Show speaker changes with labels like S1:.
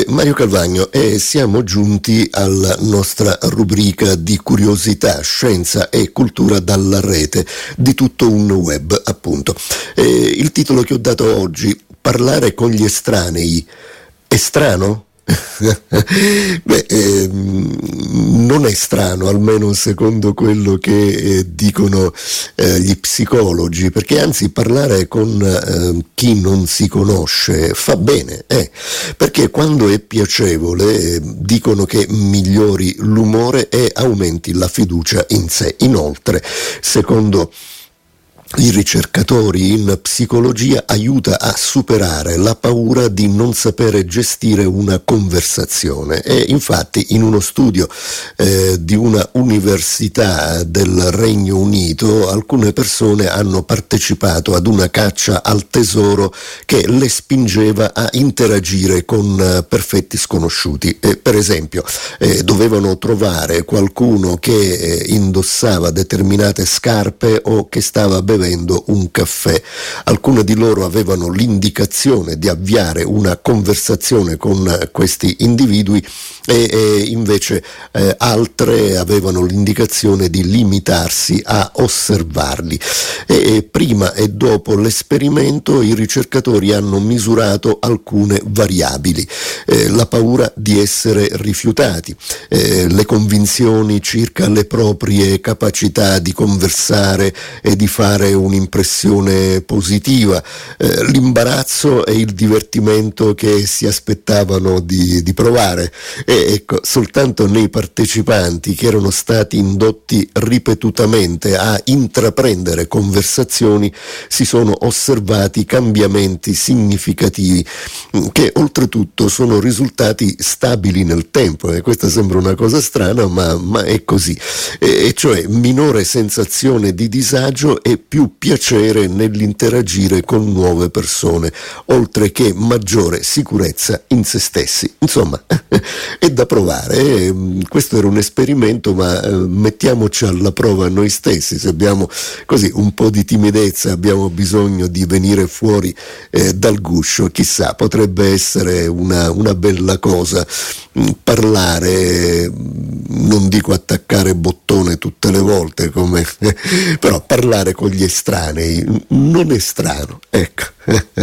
S1: Mario Calvagno e siamo giunti alla nostra rubrica di curiosità, scienza e cultura dalla rete, di tutto un web appunto. Il titolo che ho dato oggi, parlare con gli estranei, è strano? Non è strano, almeno secondo quello che dicono gli psicologi, perché anzi parlare con chi non si conosce fa bene, perché quando è piacevole dicono che migliori l'umore e aumenti la fiducia in sé. Inoltre, secondo i ricercatori in psicologia, aiuta a superare la paura di non sapere gestire una conversazione, e infatti in uno studio di una università del Regno Unito alcune persone hanno partecipato ad una caccia al tesoro che le spingeva a interagire con perfetti sconosciuti. Per esempio dovevano trovare qualcuno che indossava determinate scarpe o che stava bevendo un caffè. Alcune di loro avevano l'indicazione di avviare una conversazione con questi individui e invece altre avevano l'indicazione di limitarsi a osservarli. E prima e dopo l'esperimento i ricercatori hanno misurato alcune variabili: la paura di essere rifiutati, le convinzioni circa le proprie capacità di conversare e di fare un'impressione positiva, l'imbarazzo e il divertimento che si aspettavano di provare. E ecco, soltanto nei partecipanti che erano stati indotti ripetutamente a intraprendere conversazioni si sono osservati cambiamenti significativi che oltretutto sono risultati stabili nel tempo. E questa sembra una cosa strana, ma è così, e cioè minore sensazione di disagio e più piacere nell'interagire con nuove persone, oltre che maggiore sicurezza in se stessi. Insomma, è da provare. Questo era un esperimento, ma mettiamoci alla prova noi stessi. Se abbiamo così un po' di timidezza, abbiamo bisogno di venire fuori dal guscio, chissà, potrebbe essere una bella cosa parlare, non dico attaccare bottone tutte le volte come però parlare con gli estranei non è strano, ecco.